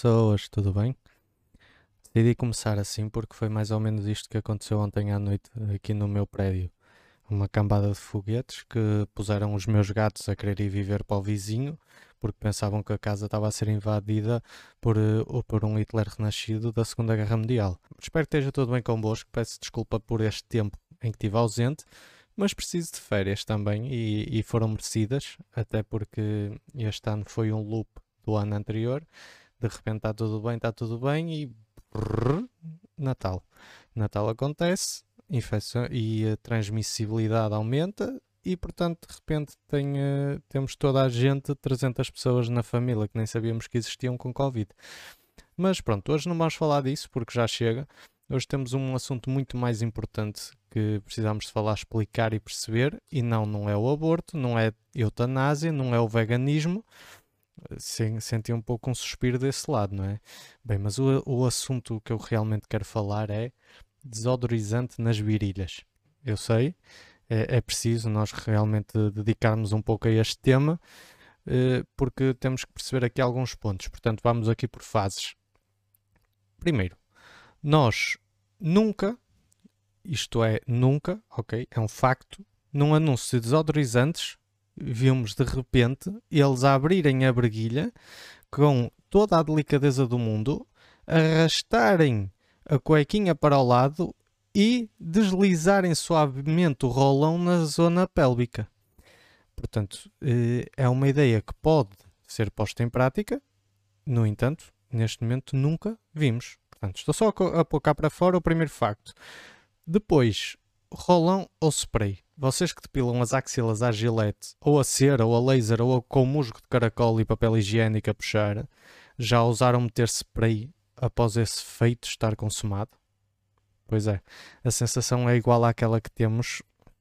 pessoas, tudo bem? Decidi começar assim porque foi mais ou menos isto que aconteceu ontem à noite aqui no meu prédio. Uma cambada de foguetes que puseram os meus gatos a querer ir viver para o vizinho porque pensavam que a casa estava a ser invadida por um Hitler renascido da Segunda Guerra Mundial. Espero que esteja tudo bem convosco, peço desculpa por este tempo em que estive ausente, mas preciso de férias também e foram merecidas, até porque este ano foi um loop do ano anterior. De repente está tudo bem e Natal. Natal acontece, infecção e a transmissibilidade aumenta e portanto de repente temos toda a gente, 300 pessoas na família que nem sabíamos que existiam com Covid. Mas pronto, hoje não vamos falar disso porque já chega. Hoje temos um assunto muito mais importante que precisamos de falar, explicar e perceber, e não é o aborto, não é eutanásia, não é o veganismo. Senti um pouco um suspiro desse lado, não é? Bem, mas o assunto que eu realmente quero falar é desodorizante nas virilhas. Eu sei, é preciso nós realmente dedicarmos um pouco a este tema, porque temos que perceber aqui alguns pontos. Portanto, vamos aqui por fases. Primeiro, nós nunca, isto é, nunca, ok, é um facto, num anúncio de desodorizantes, vimos de repente eles abrirem a briguilha com toda a delicadeza do mundo, arrastarem a cuequinha para o lado e deslizarem suavemente o rolão na zona pélvica. Portanto, é uma ideia que pode ser posta em prática, no entanto, neste momento nunca vimos. Portanto, estou só a pôr cá para fora o primeiro facto. Depois, rolão ou spray? Vocês que depilam as axilas à gilete, ou a cera, ou a laser, ou com musgo de caracol e papel higiênico a puxar, já ousaram meter spray após esse feito estar consumado? Pois é, a sensação é igual àquela que temos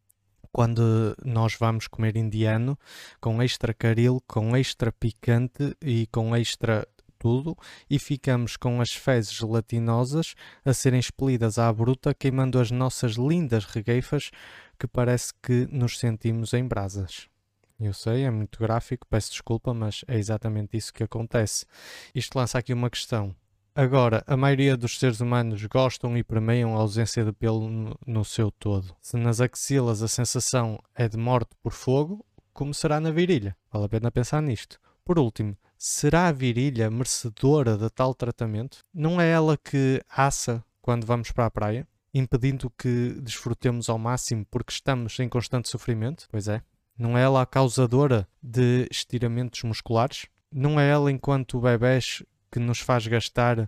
quando nós vamos comer indiano, com extra caril, com extra picante e com extra tudo, e ficamos com as fezes gelatinosas a serem expelidas à bruta, queimando as nossas lindas regueifas, que parece que nos sentimos em brasas. Eu sei, é muito gráfico, peço desculpa, mas é exatamente isso que acontece. Isto lança aqui uma questão. Agora, a maioria dos seres humanos gostam e permeiam a ausência de pelo no seu todo. Se nas axilas a sensação é de morte por fogo, como será na virilha? Vale a pena pensar nisto. Por último, será a virilha merecedora de tal tratamento? Não é ela que assa quando vamos para a praia, impedindo que desfrutemos ao máximo porque estamos em constante sofrimento? Pois é. Não é ela a causadora de estiramentos musculares? Não é ela, enquanto bebés, que nos faz gastar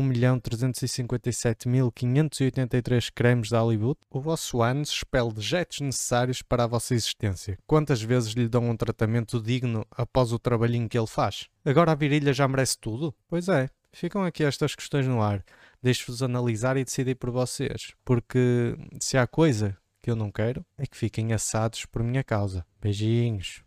1.357.583 cremes da Hollywood? O vosso ânus expele dejetos necessários para a vossa existência. Quantas vezes lhe dão um tratamento digno após o trabalhinho que ele faz? Agora a virilha já merece tudo? Pois é, ficam aqui estas questões no ar. Deixo-vos analisar e decidir por vocês, porque se há coisa que eu não quero é que fiquem assados por minha causa. Beijinhos.